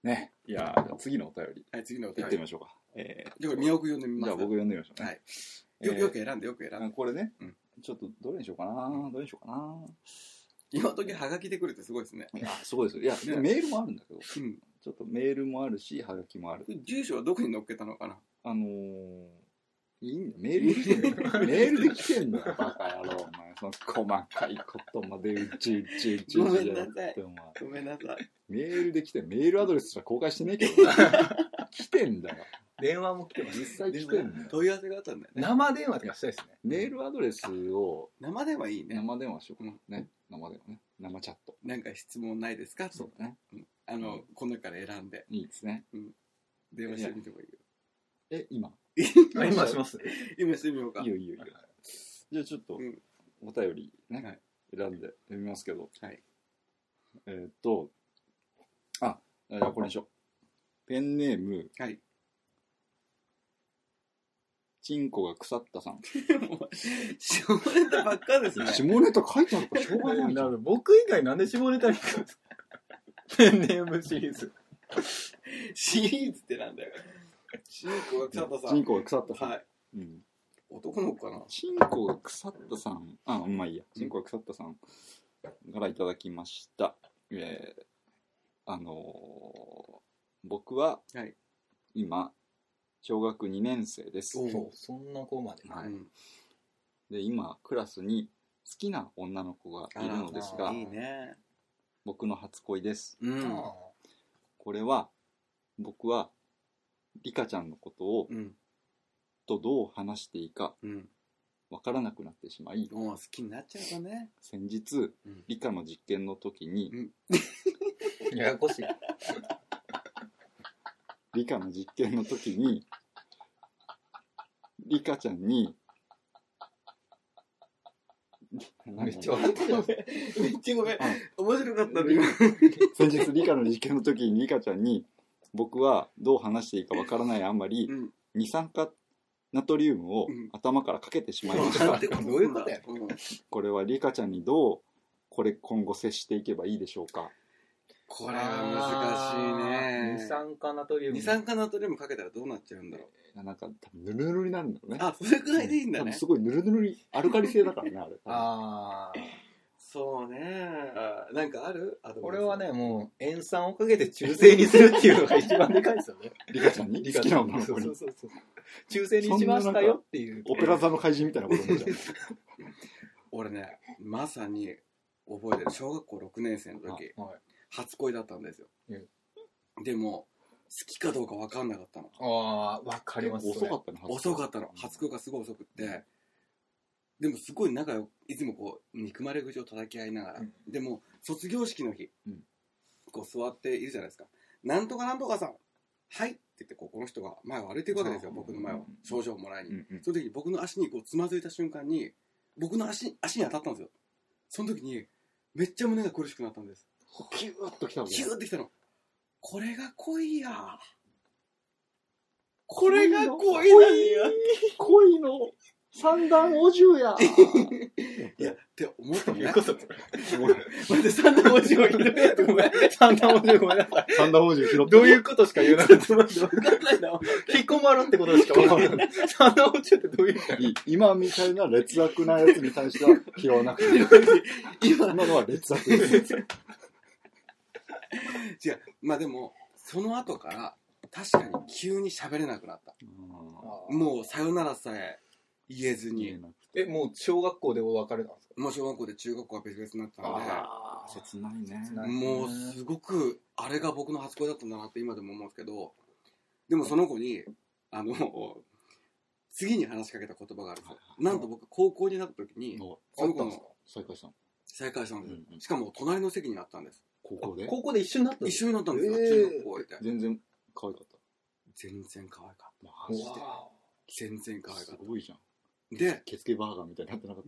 ね。いやじゃあ次のお便り。 はい、次のお便り。 行ってみましょうか。 じゃあ宮尾君読んでみますか。 じゃあ僕読んでみましょうね。 はい。よく選んで。 これね、 うん、 ちょっとどれにしようかな。 今時はがきでくるってすごいですね。 いや、すごいですよ。いや、 ね、 メールもあるんだけど、 うん、 ちょっとメールもあるし、はがきもある。 住所はどこに載っけたのかな。 いいんだよ。メールで来てんだよ。メールで来てんだよ。バカ野郎、お前。その細かいことまでうちごめんなさい。ごめんなさい。 メールで来て、メールアドレスすら公開してねえけどな。来てんだよ。 電話も来てます。 実際来てんだよ。 問い合わせがあったんだよね。 生電話とかしたいですね。 メールアドレスを生電話いいね。 生電話しようかな。ね。生電話ね。生チャット。 なんか質問ないですか。 そうだね。 この中から選んで。 いいですね。 電話してみてもいいよ。 今今します。 今してみようか。 いいよ。じゃあちょっとお便りね、選んで読みますけど。 はい。 じゃあこれにしよう。ペンネーム。 はい。 チンコが腐ったさん。 下ネタばっかですね。 下ネタ書いてあるからしょうがないじゃん。 僕以外なんで下ネタに書くんですか。ペンネームシリーズ。 シリーズってなんだよ。チンコが腐ったさん。 チンコが腐ったさん。 はい。男の子かな。 チンコが腐ったさん。まあいいや。チンコが腐ったさんからいただきました。僕は今小学2年生です。 そんな子まで。 はい。で今クラスに好きな女の子がいるのですが、 いいね。 僕の初恋です。これは僕はリカちゃんのことをとどう話していいかわからなくなってしまい、 好きになっちゃうとね。 先日理科の実験の時に、 ややこしい。 理科の実験の時にリカちゃんにめっちゃ分かってる。 めっちゃごめん。面白かったの今。 先日理科の実験の時にリカちゃんに僕はどう話していいかわからないあんまり、二酸化ナトリウムを頭からかけてしまいました。 どういうことや。 これはリカちゃんにどう今後接していけばいいでしょうか。 これは難しいね。 二酸化ナトリウム。 二酸化ナトリウムかけたらどうなっちゃうんだろう。なんか多分ヌルヌルになるんだろうね。 それくらいでいいんだね。 すごいヌルヌルにアルカリ性だからねあれ。 そうね。なんかある？ これはね、もう塩酸をかけて中性にするっていうのが一番でかいですよね。 リカちゃんに好きな女の子に。 そう。中性にしましたよっていう。 オペラ座の怪人みたいなことになっちゃう。 俺ね、まさに覚えてる。小学校6年生の時、初恋だったんですよ。でも好きかどうか分かんなかったの。 分かります。 遅かったの。初恋がすごい遅くって、でもすごい仲良く、いつもこう憎まれ口を叩き合いながら、でも卒業式の日、こう座っているじゃないですか。なんとかなんとかさん、はいって言ってこの人が前を歩いていくわけですよ。僕の前を賞状をもらいに。その時に僕の足にこうつまずいた瞬間に僕の足に当たったんですよ。その時にめっちゃ胸が苦しくなったんです。 キューッときたの。 キューッてきたの。これが恋や。これが恋なんや。 恋の三段お重や。 いやって思ったね。 待って三段お重を拾えってごめん。三段お重ごめんなさい。 三段お重拾って。 どういうことしか言えなかった。 分かんないな。 引っ込まるってことしか分からない。三段お重ってどういうこと？ 今みたいな劣悪なやつに対しては拾わなくていい。今のは劣悪です。 違う。まあでもその後から確かに急に喋れなくなった。もうさよならさえ言えずに。 もう小学校でお別れなんですか？ もう小学校で中学校は別々になったので。 切ないね。 もうすごくあれが僕の初恋だったんだなって今でも思うんですけど、でもその子に次に話しかけた言葉があるんですよ。なんと僕高校になった時にその子の再会したんです。しかも隣の席になったんです。 高校で一緒になったんですよ。中学校で。 全然可愛かった。 全然可愛かった。 マジで。 全然可愛かった。 すごいじゃん。 で、 ケツケバーガーみたいになってなかった。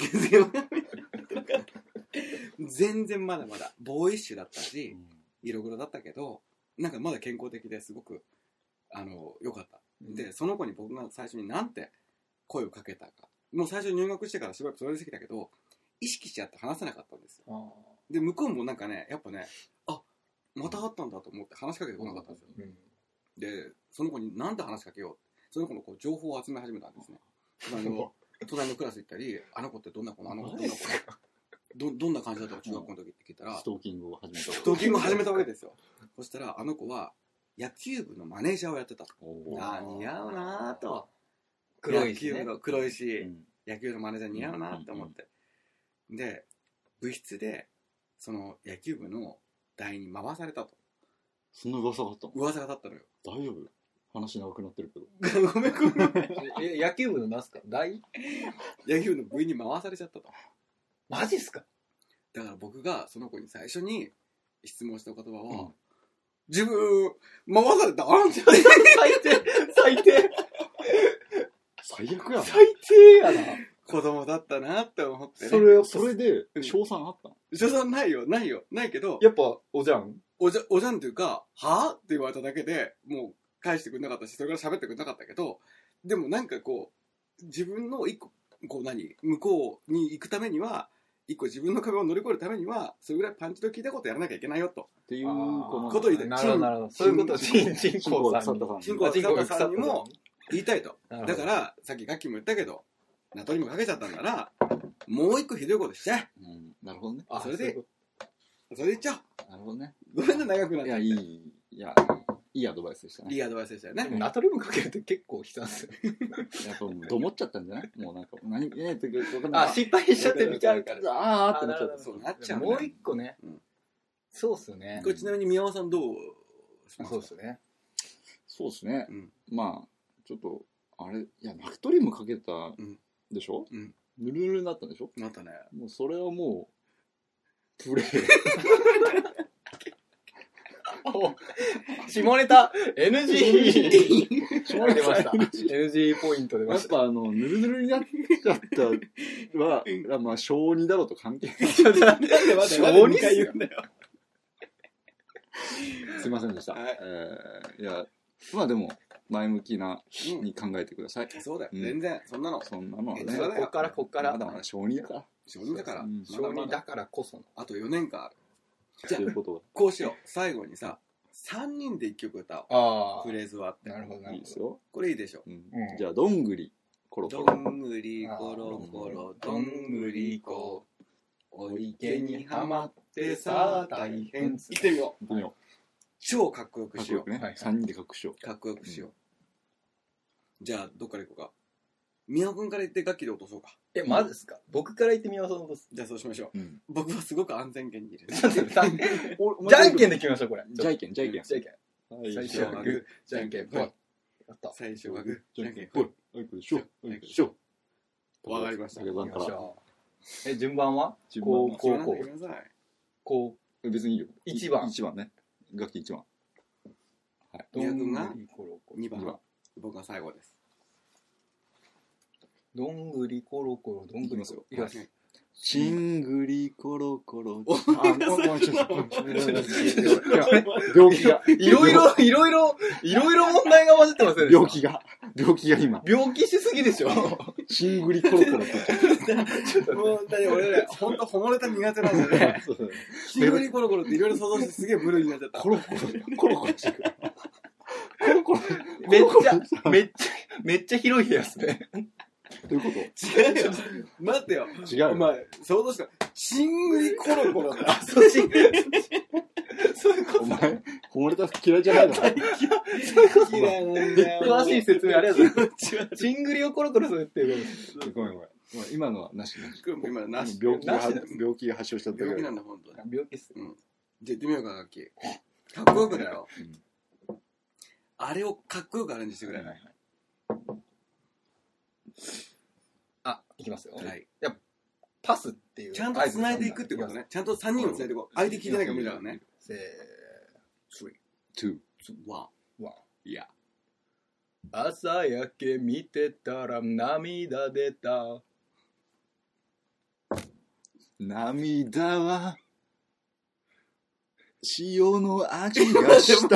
全然まだまだボーイッシュだったし、色黒だったけど、なんかまだ健康的ですごく良かった。で、その子に僕が最初になんて声をかけたか。もう最初入学してからしばらくそれできたけど、意識しちゃって話せなかったんですよ。で、向こうもなんかね、やっぱね、 また会ったんだと思って話しかけてこなかったんですよ。で、その子に何て話しかけよう。その子のこう情報を集め始めたんですね。隣のクラス行ったり、あの子ってどんな子なの？どんな子どんな感じだったの中学校の時って聞いたら、 ストーキングを始めた。 ストーキングを始めたわけですよ。そしたらあの子は野球部のマネージャーをやってたと。あ、似合うなぁと。 黒いし、ね、 野球部が黒いし、野球のマネージャー似合うなと思って。で、部室でその野球部の台に回されたと。 そんな噂があったの？ 噂が立ったのよ。 大丈夫？話長くなってるけど。 ごめん。 野球部の何すか？台？ 野球部の部員に回されちゃったと。 マジっすか？ だから僕がその子に最初に質問した言葉は、自分回されたあんちゃん最低最悪やな。 最低やな。 子供だったなって思って、ね、 それで賞賛あったの？ 賞賛ないけど、 やっぱおじゃんおじゃんっていうか、はぁって言われただけでもう返してくれなかったし、それから喋ってくれなかったけど、でもなんかこう自分の一個こう向こうに行くためには、一個自分の壁を乗り越えるためには、それぐらいパンチの効いたことやらなきゃいけないよと。 っていうことを言って、 なるほど。そういうことを陳光さんにも言いたいと。だから、さっきガッキーも言ったけど、ナトリウムかけちゃったんなら、もう一個ひどいことしちゃえ。 なるほどね。 それで言っちゃおう。 なるほどね。 ごめんね、長くなって。 いいアドバイスでしたね。 いいアドバイスでしたよね。 ナトリウムかけるって結構悲惨ですよ。 やっぱもう、どもっちゃったんじゃない？もうなんか、 失敗しちゃってみたいから。 あーってなっちゃった。 そうなっちゃう。 もう一個ね。そうっすよね。 これちなみに宮尾さんどうしますか？ そうっすね。 そうですね。まあ、ちょっと、あれ、いや、ナトリウムかけたでしょ？ぬるぬるになったんでしょ？ なったね。 もうそれはもう、プレイ。 下ネタ NG 下ネタ出ました NG ポイント出ました。 やっぱぬるぬるになっちゃったはまあ小児だろうと関係ない。 小児言うんだよ。 すいませんでした。いやまあでも前向きなに考えてください。 そうだよ。全然そんなのはね。 こっからまだまだ小児だから。 小児だからこそあと4年間ある。 じゃあこうしよう。最後にさ、3人で1曲歌おう。フレーズはあって。 なるほど。 いいですよ。 これいいでしょ。 じゃあ、どんぐりコロコロ。 どんぐりコロコロ、どんぐりこ。お池にはまってさあ大変。いってみよう。超かっこよくしよう。 3人でかっこよくしよう。じゃあ、どっから行こうか。宮尾くんから言って楽器で落とそうか。 マジですか？僕から言って宮尾さん落とす。 じゃあそうしましょう。僕はすごく安全圏にいる。 じゃんけんで決めましょう、これ。 じゃんけん。 最初はグー、じゃんけんぽい。 最初はグー、じゃんけんぽい。 わかりました。 順番はこう。別にいいよ。 1番。 1番ね。楽器1番。 宮尾くんが2番。僕が最後です。 どんぐりころころ、どんぐりころ。いきます。 しんぐりころころ。 病気が。いろいろ問題が混じってますね。 病気が今。 病気しすぎでしょ。 しんぐりころころって。 もう、俺ら、ほんと、ほもれた苦手なんでね。しんぐりころころっていろいろ想像してすげえブルーになっちゃった。 コロしてくる。 めっちゃ広い部屋ですね。 どういうこと？ 違うよ。待ってよ。 違う。 お前、想像した。しんぐりコロコロだ。 そういうこと。 お前、ほもれた嫌いじゃないの？ 嫌いなんだよ。 詳しい説明ありがとうございます。しんぐりをコロコロするっていう。 ごめん。今のはなし。 今のなし。 病気が発症しちゃった。 病気なんだ、ほんと。 病気っす。 じゃあ行ってみようか、楽器。かっこよくだよ。あれをかっこよくアレンジしてくれ。 いきますよ。 はい。 パスっていう。 ちゃんと繋いでいくってことね。ちゃんと3人を繋いでいこう。相手聞いてないから無理だからね。 3、 2、 1。いや。 朝焼け見てたら涙出た。 涙は塩の味がした。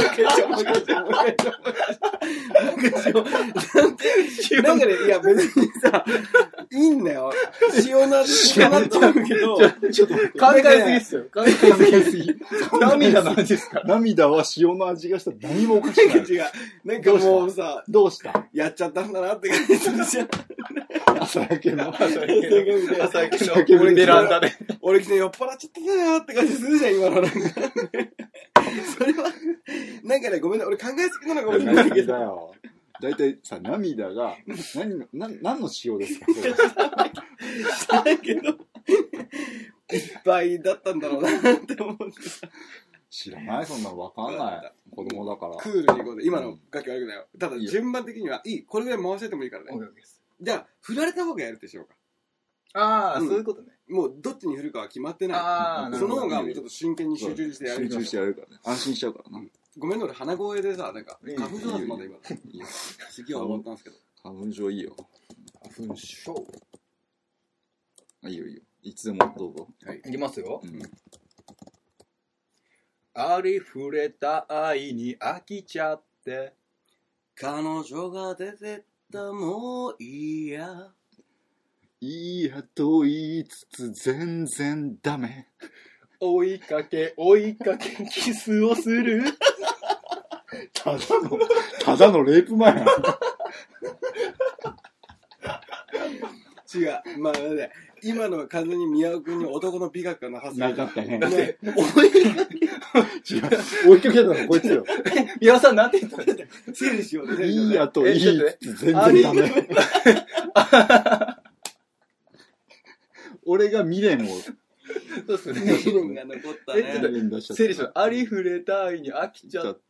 なんかね、いや別にさ、いいんだよ。塩の味しかなっちゃうけど、 ちょっと考えすぎっすよ。考えすぎ。涙の味ですか？ 涙は塩の味がした。何もおかしくない。 違う。なんかもうさ、 どうしたやっちゃったんだなって感じするじゃん。 朝焼けの。 朝焼けのベランダで。 俺来て酔っ払っちゃったんだよって感じするじゃん、今のなんか。それは、なんかね、ごめんね、俺考えすぎなのかもしれないけど。 だいたいさ、涙が、何の塩ですか？ 知らないけど、いっぱいだったんだろうなって思ってさ。 知らない？そんなのわかんない。子供だから。 クールに行こうで、今の楽器悪くないよ。ただ、順番的には、いい。これぐらい回せてもいいからね。じゃあ、振られた方がやるってしようか。 ああ、そういうことね。 もう、どっちに振るかは決まってない。その方が、もうちょっと真剣に集中してやる。 集中してやるからね。安心しちゃうからな。 ごめんね、俺鼻声でさ、なんか、花粉症だったまだ今。いいよ。次は終わったんですけど。 花粉症いいよ。 花粉症。 いいよいいよ。いつでもどうぞ。 はい。いきますよ。ありふれた愛に飽きちゃって。 彼女が出てったもういいや。 いいやと言いつつ全然ダメ。 追いかけキスをする。 ただのレイプマンやん。 違う。まあね、今のは完全に宮尾君に男の美学がなさすぎる。 なかったね。 だって違う。追いかけたのこいつよ。 宮尾さんなんて言ったの？ 整理しようね。 いいやと言いつつ全然ダメ。俺が未練を。 そうっすね。 未練が残ったね。 整理しよう。ありふれた愛に飽きちゃって。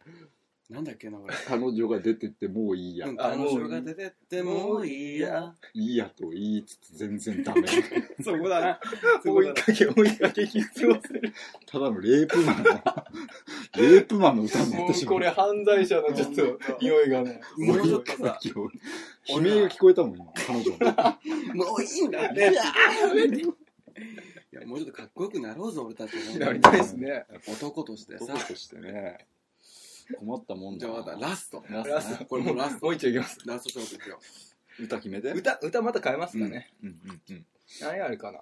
なんだっけな、俺。 彼女が出てってもういいや。 彼女が出てってもういいや。 いいやと言いつつ全然ダメ。 そこだな。 追いかけキスをする。 ただのレイプマンの。レイプマンの歌になってしまう。 これ犯罪者のちょっと匂いがね。 もうちょっとさ。 悲鳴が聞こえたもん、今。彼女の。もういいんだね。いや、もうちょっとかっこよくなろうぞ、俺たちも。 なりたいですね。 男としてさ。 男としてね。困ったもんだ。 じゃあまたラスト。 これもうラスト。もう一応いきます。 ラスト勝負いくよ。 歌決めて。 歌また変えますかね。何あるかな。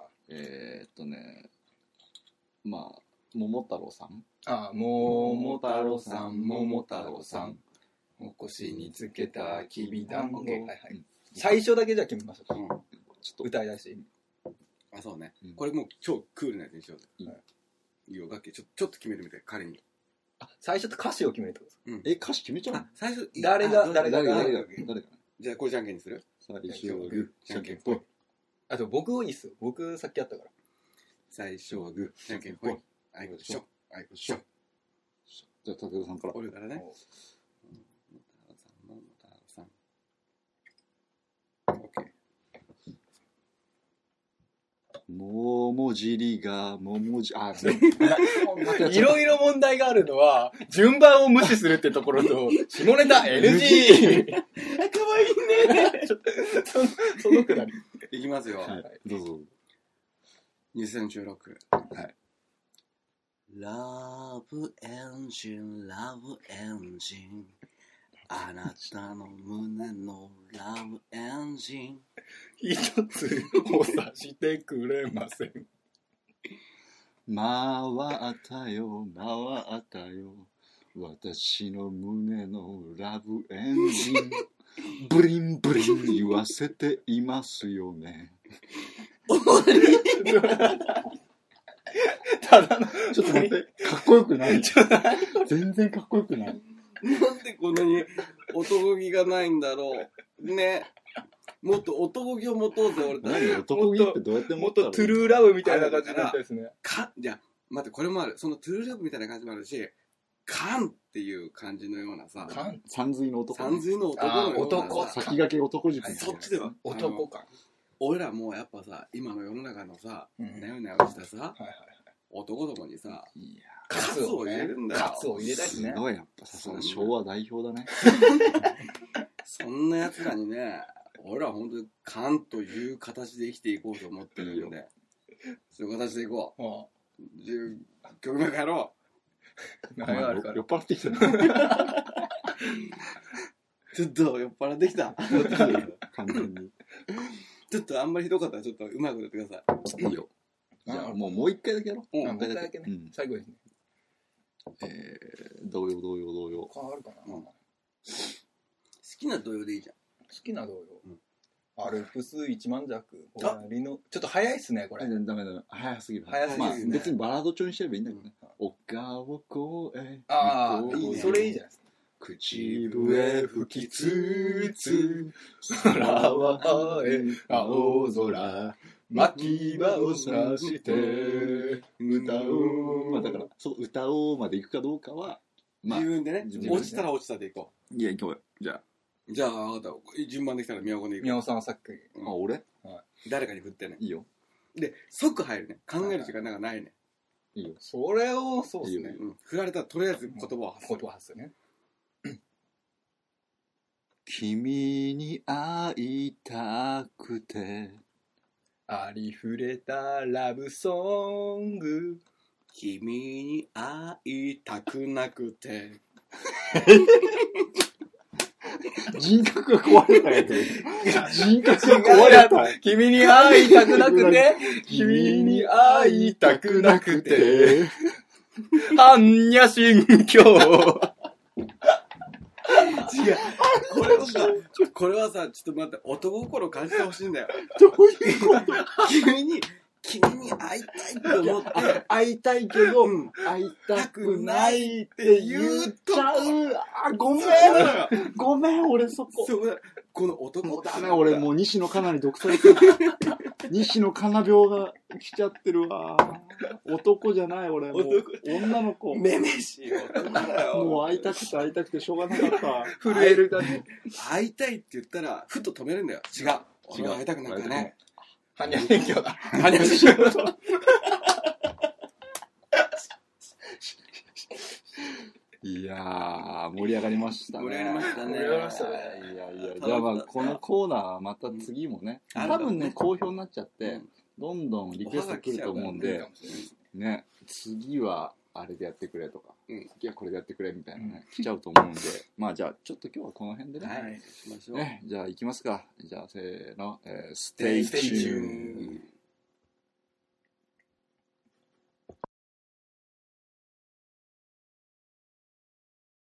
まあ、桃太郎さん。 ああ、桃太郎さん、桃太郎さん。お腰につけたきびだんご。最初だけじゃあ決めましょうか。ちょっと歌い出し。 あ、そうね。これもう超クールなやつにしよう。いいよ、楽器ちょっと決めてみて、彼に。 最初って歌詞を決めるってことですか？ 歌詞決めちゃうの？ 最初、 誰がじゃあこれじゃんけんにする？ 最初はグー、じゃんけんぽい。 あと僕いいっすよ。僕さっきやったから。 最初はグー、じゃんけんぽい。あいこでしょ。あいこでしょ。 じゃあ武田さんから。 俺からね。桃太郎さん。オッケー。 桃尻が桃尻、 いろいろ問題があるのは、順番を無視するってところと、下ネタ NG! かわいいね。 そのくだり。 いきますよ。 どうぞ。 2016。 はい。 ラブエンジン、ラブエンジン。あなたの胸のラブエンジン。 一つ押さしてくれません。 回ったよ、回ったよ。私の胸のラブエンジン。ブリンブリン言わせていますよね。 ただのちょっと待って、かっこよくない。全然かっこよくない。 なんでこんなに男気がないんだろう。ね。もっと男気を持とうぜ、俺たち。 何男気ってどうやって持ったの？ もっとトゥルーラブみたいな感じになったですね。 じゃあ、待って、これもある。そのトゥルーラブみたいな感じもあるし、カンっていう感じのようなさ。 三髄の男。 三髄の男のような。 男。 先駆け男塾。 そっちでは。 男か。 俺らもうやっぱさ、今の世の中のさ、なよなよしたさ、男どもにさ、カツを入れるんだよ。 カツを入れたいですね。 すごい、やっぱさすが昭和代表だね。 そんな奴らにね、俺らは本当にカンという形で生きていこうと思ってるんで、そういう形でいこう。10曲目帰ろ何があるか酔っ払ってきたな。 ちょっと酔っ払ってきた。 完全に。 ちょっとあんまりひどかったらちょっとうまいこと言ってください。 いいよ。じゃあもう一回だけやろう。 もう一回だけね。最後ですね。 童謡。 あるかな。 好きな童謡でいいじゃん。 好きな童謡。アルプス一万尺。ちょっと早いっすね、これ。 ダメ。早すぎる。 早すぎる。 まあ別にバラード調にしてればいいんだけどね。丘を越え。 ああ、いいね。それいいじゃないですか。 口笛吹きつつ空は晴れ青空巻き場をさして歌おう。 まあだからそう歌おうまでいくかどうかは自分でね。落ちたら落ちたでいこう。いや行こうよ。じゃあ分かった。順番できたら宮古でいこう。 宮尾さんはさっき。 あ、俺？ 誰かに振ってね。 いいよ。 で即入るね。考える時間なんかないね。 いいよ。 それをそうですね。 振られたらとりあえず言葉を発するね。 君に会いたくてありふれたラブソング君に会いたくなくて人格が壊れたやつ。人格が壊れた。 君に会いたくなくて君に会いたくなくて般若心経違う。これはさ、ちょっと待って、男心感じてほしいんだよ。 どういうこと？ 君に会いたいって思って、 会いたいけど、会いたくないって言っちゃう。あ、ごめん、俺そこ。 この男だね、俺もう西野カナに毒されてる。西野カナ病が来ちゃってるわ。男じゃない、俺。もう女の子。 めめしい男だよ。 もう会いたくてしょうがなかった。 震える感じ。 会いたいって言ったら、ふっと止めるんだよ。違う。俺は会いたくなんかね。 般若心経だ。 般若心経。 いやー、盛り上がりましたね。 盛り上がりましたね。 いや、じゃあまあ、このコーナーはまた次もね、多分ね、好評になっちゃって、どんどんリクエスト来ると思うんで、ね、次はあれでやってくれとか、次はこれでやってくれみたいなね、来ちゃうと思うんで、まあじゃあ、ちょっと今日はこの辺でね。 はい、しましょう。 ね、じゃあ行きますか。じゃあ、せーの、ステイチューン。